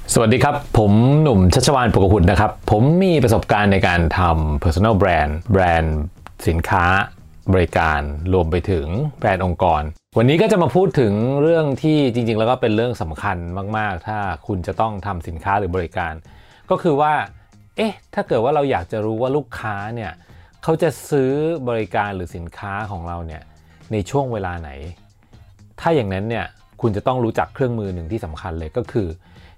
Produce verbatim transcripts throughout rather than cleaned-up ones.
สวัสดีครับผมหนุ่มชัชวาล ปกขุนนะครับผมมีประสบการณ์ในการทำ personal brand แบรนด์สินค้าบริการรวมไปถึงแบรนด์องค์กรวันนี้ก็จะมาพูดถึงเรื่องที่จริงๆแล้วก็เป็นเรื่องสำคัญมากๆถ้าคุณจะต้องทำสินค้าหรือบริการก็คือว่าเอ๊ะถ้าเกิดว่าเราอยากจะรู้ว่าลูกค้าเนี่ยเขาจะซื้อบริการหรือสินค้าของเราเนี่ยในช่วงเวลาไหนถ้าอย่างนั้นเนี่ยคุณจะต้องรู้จักเครื่องมือหนึ่งที่สำคัญเลยก็คือ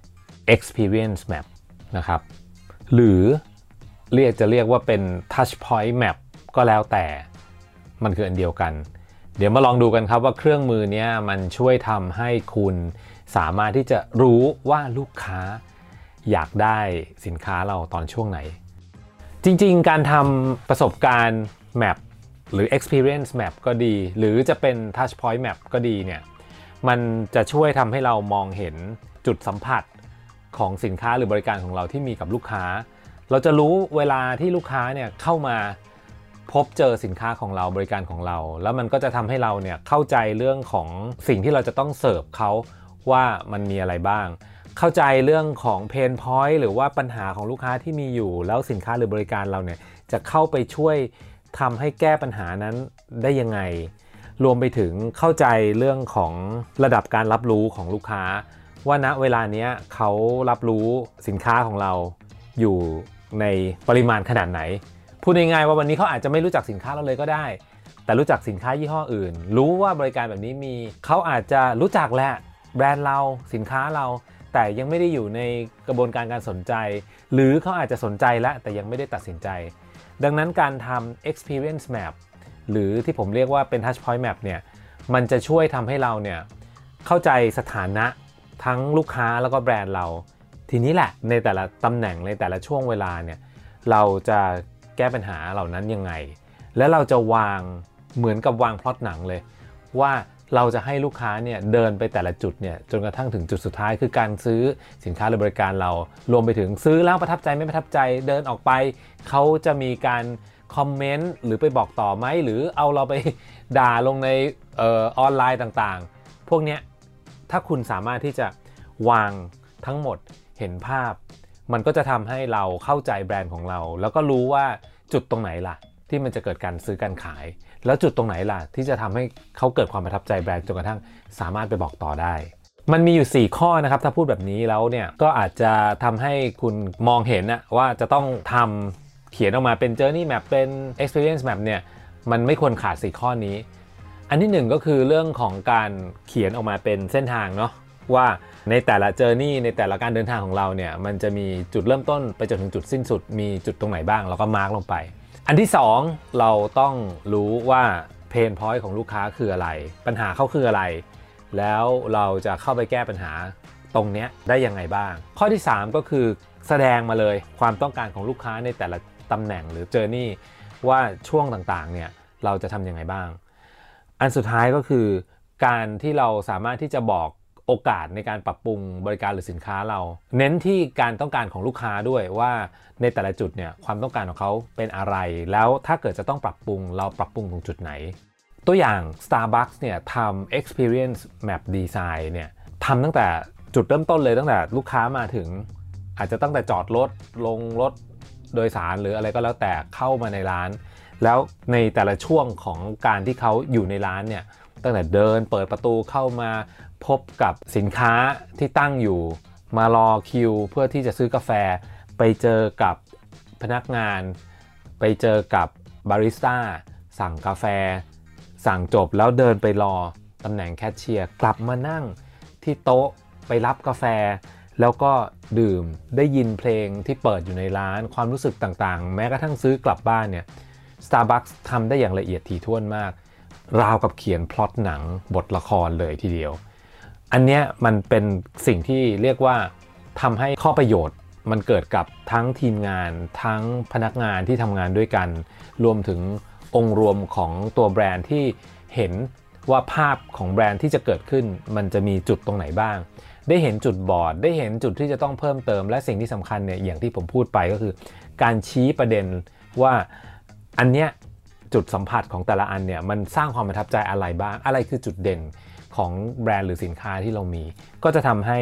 experience map นะครับหรือเรียกจะเรียกว่าเป็น touch point map ก็แล้วแต่มันคืออันเดียวกันเดี๋ยวมาลองดูกันครับว่าเครื่องมือนี้มันช่วยทำให้คุณสามารถที่จะรู้ว่าลูกค้าอยากได้สินค้าเราตอนช่วงไหนจริงๆการทำประสบการณ์ map หรือ experience map ก็ดีหรือจะเป็น touch point map ก็ดีเนี่ยมันจะช่วยทำให้เรามองเห็นจุดสัมผัสของสินค้าหรือบริการของเราที่มีกับลูกค้าเราจะรู้เวลาที่ลูกค้าเนี่ยเข้ามาพบเจอสินค้าของเราบริการของเราแล้วมันก็จะทำให้เราเนี่ยเข้าใจเรื่องของสิ่งที่เราจะต้องเสิร์ฟเขาว่ามันมีอะไรบ้างเข้าใจเรื่องของเพนพอยต์หรือว่าปัญหาของลูกค้าที่มีอยู่แล้วสินค้าหรือบริการเราเนี่ยจะเข้าไปช่วยทำให้แก้ปัญหานั้นได้ยังไงรวมไปถึงเข้าใจเรื่องของระดับการรับรู้ของลูกค้าว่าณเวลานี้เขารับรู้สินค้าของเราอยู่ในปริมาณขนาดไหนพูดง่ายๆว่าวันนี้เขาอาจจะไม่รู้จักสินค้าเราเลยก็ได้แต่รู้จักสินค้ายี่ห้ออื่นรู้ว่าบริการแบบนี้มีเขาอาจจะรู้จักแหละแบรนด์เราสินค้าเราแต่ยังไม่ได้อยู่ในกระบวนการการสนใจหรือเขาอาจจะสนใจแล้วแต่ยังไม่ได้ตัดสินใจดังนั้นการทำ experience map หรือที่ผมเรียกว่าเป็น touch point map เนี่ยมันจะช่วยทำให้เราเนี่ยเข้าใจสถานะทั้งลูกค้าแล้วก็แบรนด์เราทีนี้แหละในแต่ละตำแหน่งในแต่ละช่วงเวลาเนี่ยเราจะแก้ปัญหาเหล่านั้นยังไงและเราจะวางเหมือนกับวางพล็อตหนังเลยว่าเราจะให้ลูกค้าเนี่ยเดินไปแต่ละจุดเนี่ยจนกระทั่งถึงจุดสุดท้ายคือการซื้อสินค้าหรือบริการเรารวมไปถึงซื้อแล้วประทับใจไม่ประทับใจเดินออกไปเขาจะมีการคอมเมนต์หรือไปบอกต่อไหมหรือเอาเราไปด่าลงในเอ่อออนไลน์ต่างๆพวกเนี้ยถ้าคุณสามารถที่จะวางทั้งหมดเห็นภาพมันก็จะทำให้เราเข้าใจแบรนด์ของเราแล้วก็รู้ว่าจุดตรงไหนล่ะที่มันจะเกิดการซื้อการขายแล้วจุดตรงไหนล่ะที่จะทำให้เขาเกิดความประทับใจแบรนด์จนกระทั่งสามารถไปบอกต่อได้มันมีอยู่สี่ข้อนะครับถ้าพูดแบบนี้แล้วเนี่ยก็อาจจะทำให้คุณมองเห็นนะว่าจะต้องทำเขียนออกมาเป็น journey map เป็น experience map เนี่ยมันไม่ควรขาดสี่ข้อนี้อันที่หนึ่งก็คือเรื่องของการเขียนออกมาเป็นเส้นทางเนาะว่าในแต่ละ journey ในแต่ละการเดินทางของเราเนี่ยมันจะมีจุดเริ่มต้นไปจนถึงจุดสิ้นสุดมีจุดตรงไหนบ้างเราก็มาร์กลงไปอันที่สองเราต้องรู้ว่าเพนพอยต์ของลูกค้าคืออะไรปัญหาเขาคืออะไรแล้วเราจะเข้าไปแก้ปัญหาตรงนี้ได้ยังไงบ้างข้อที่สามก็คือแสดงมาเลยความต้องการของลูกค้าในแต่ละตำแหน่งหรือ journey ว่าช่วงต่างๆเนี่ยเราจะทำยังไงบ้างอันสุดท้ายก็คือการที่เราสามารถที่จะบอกโอกาสในการปรับปรุงบริการหรือสินค้าเราเน้นที่การต้องการของลูกค้าด้วยว่าในแต่ละจุดเนี่ยความต้องการของเขาเป็นอะไรแล้วถ้าเกิดจะต้องปรับปรุงเราปรับปรุงตรงจุดไหนตัวอย่าง Starbucks เนี่ยทำ experience map design เนี่ยทำตั้งแต่จุดเริ่มต้นเลยตั้งแต่ลูกค้ามาถึงอาจจะตั้งแต่จอดรถลงรถโดยสารหรืออะไรก็แล้วแต่เข้ามาในร้านแล้วในแต่ละช่วงของการที่เขาอยู่ในร้านเนี่ยตั้งแต่เดินเปิดประตูเข้ามาพบกับสินค้าที่ตั้งอยู่มารอคิวเพื่อที่จะซื้อกาแฟไปเจอกับพนักงานไปเจอกับบาริสต้าสั่งกาแฟสั่งจบแล้วเดินไปรอตำแหน่งแคชเชียร์กลับมานั่งที่โต๊ะไปรับกาแฟแล้วก็ดื่มได้ยินเพลงที่เปิดอยู่ในร้านความรู้สึกต่างๆแม้กระทั่งซื้อกลับบ้านเนี่ย Starbucks ทำได้อย่างละเอียดถี่ถ้วนมากราวกับเขียนพล็อตหนังบทละครเลยทีเดียวอันเนี้ยมันเป็นสิ่งที่เรียกว่าทำให้ข้อประโยชน์มันเกิดกับทั้งทีมงานทั้งพนักงานที่ทำงานด้วยกันรวมถึงองค์รวมของตัวแบรนด์ที่เห็นว่าภาพของแบรนด์ที่จะเกิดขึ้นมันจะมีจุดตรงไหนบ้างได้เห็นจุดบอดได้เห็นจุดที่จะต้องเพิ่มเติมและสิ่งที่สำคัญเนี่ยอย่างที่ผมพูดไปก็คือการชี้ประเด็นว่าอันเนี้ยจุดสัมผัสของแต่ละอันเนี่ยมันสร้างความประทับใจอะไรบ้างอะไรคือจุดเด่นของแบรนด์หรือสินค้าที่เรามีก็จะทำให้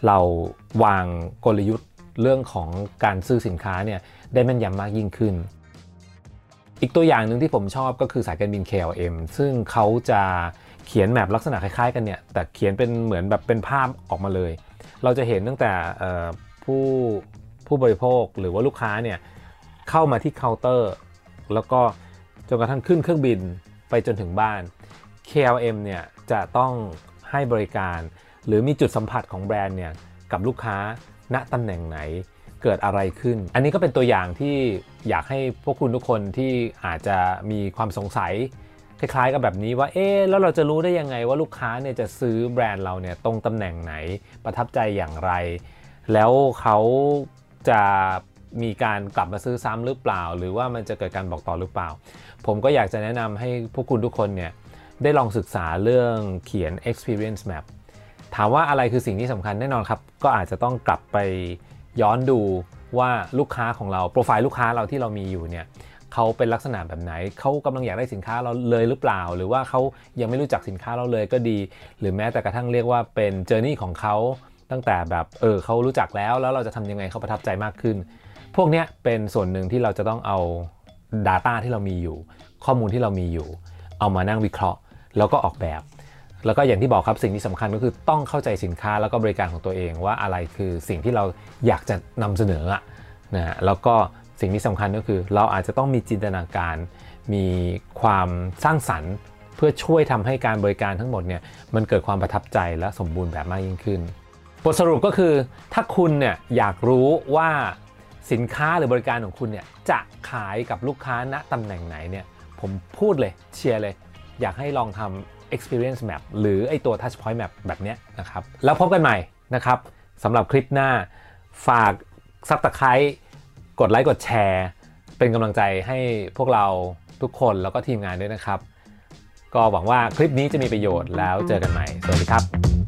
เราวางกลยุทธ์เรื่องของการซื้อสินค้าเนี่ยได้แม่นยำมากยิ่งขึ้นอีกตัวอย่างหนึ่งที่ผมชอบก็คือสายการบิน เค แอล เอ็ม ซึ่งเขาจะเขียนแมปลักษณะคล้ายๆกันเนี่ยแต่เขียนเป็นเหมือนแบบเป็นภาพออกมาเลยเราจะเห็นตั้งแต่ผู้ผู้บริโภคหรือว่าลูกค้าเนี่ยเข้ามาที่เคาน์เตอร์แล้วก็จนกระทั่งขึ้นเครื่องบินไปจนถึงบ้าน เค แอล เอ็ม เนี่ยจะต้องให้บริการหรือมีจุดสัมผัสของแบรนด์เนี่ยกับลูกค้าณตำแหน่งไหนเกิดอะไรขึ้นอันนี้ก็เป็นตัวอย่างที่อยากให้พวกคุณทุกคนที่อาจจะมีความสงสัยคล้ายๆกับแบบนี้ว่าเอ๊ะแล้วเราจะรู้ได้ยังไงว่าลูกค้าเนี่ยจะซื้อแบรนด์เราเนี่ยตรงตำแหน่งไหนประทับใจอย่างไรแล้วเขาจะมีการกลับมาซื้อซ้ำหรือเปล่าหรือว่ามันจะเกิดการบอกต่อหรือเปล่าผมก็อยากจะแนะนำให้พวกคุณทุกคนเนี่ยได้ลองศึกษาเรื่องเขียน experience map ถามว่าอะไรคือสิ่งที่สำคัญแน่นอนครับก็อาจจะต้องกลับไปย้อนดูว่าลูกค้าของเราโปรไฟล์ลูกค้าเราที่เรามีอยู่เนี่ยเขาเป็นลักษณะแบบไหนเขากำลังอยากได้สินค้าเราเลยหรือเปล่าหรือว่าเขายังไม่รู้จักสินค้าเราเลยก็ดีหรือแม้แต่กระทั่งเรียกว่าเป็นเจอร์นี่ของเขาตั้งแต่แบบเออเขารู้จักแล้วแล้วเราจะทำยังไงเขาประทับใจมากขึ้นพวกนี้เป็นส่วนหนึ่งที่เราจะต้องเอา Data ที่เรามีอยู่ข้อมูลที่เรามีอยู่เอามานั่งวิเคราะห์แล้วก็ออกแบบแล้วก็อย่างที่บอกครับสิ่งที่สำคัญก็คือต้องเข้าใจสินค้าแล้วก็บริการของตัวเองว่าอะไรคือสิ่งที่เราอยากจะนำเสนออะนะฮะแล้วก็สิ่งที่สำคัญก็คือเราอาจจะต้องมีจินตนาการมีความสร้างสรรค์เพื่อช่วยทำให้การบริการทั้งหมดเนี่ยมันเกิดความประทับใจและสมบูรณ์แบบมากยิ่งขึ้นบทสรุปก็คือถ้าคุณเนี่ยอยากรู้ว่าสินค้าหรือบริการของคุณเนี่ยจะขายกับลูกค้าณตำแหน่งไหนเนี่ยผมพูดเลยเชียร์เลยอยากให้ลองทำ experience map หรือไอตัว touch point map แบบนี้นะครับแล้วพบกันใหม่นะครับสำหรับคลิปหน้าฝาก Subscribe กดไลค์กดแชร์เป็นกำลังใจให้พวกเราทุกคนแล้วก็ทีมงานด้วยนะครับก็หวังว่าคลิปนี้จะมีประโยชน์แล้วเจอกันใหม่สวัสดีครับ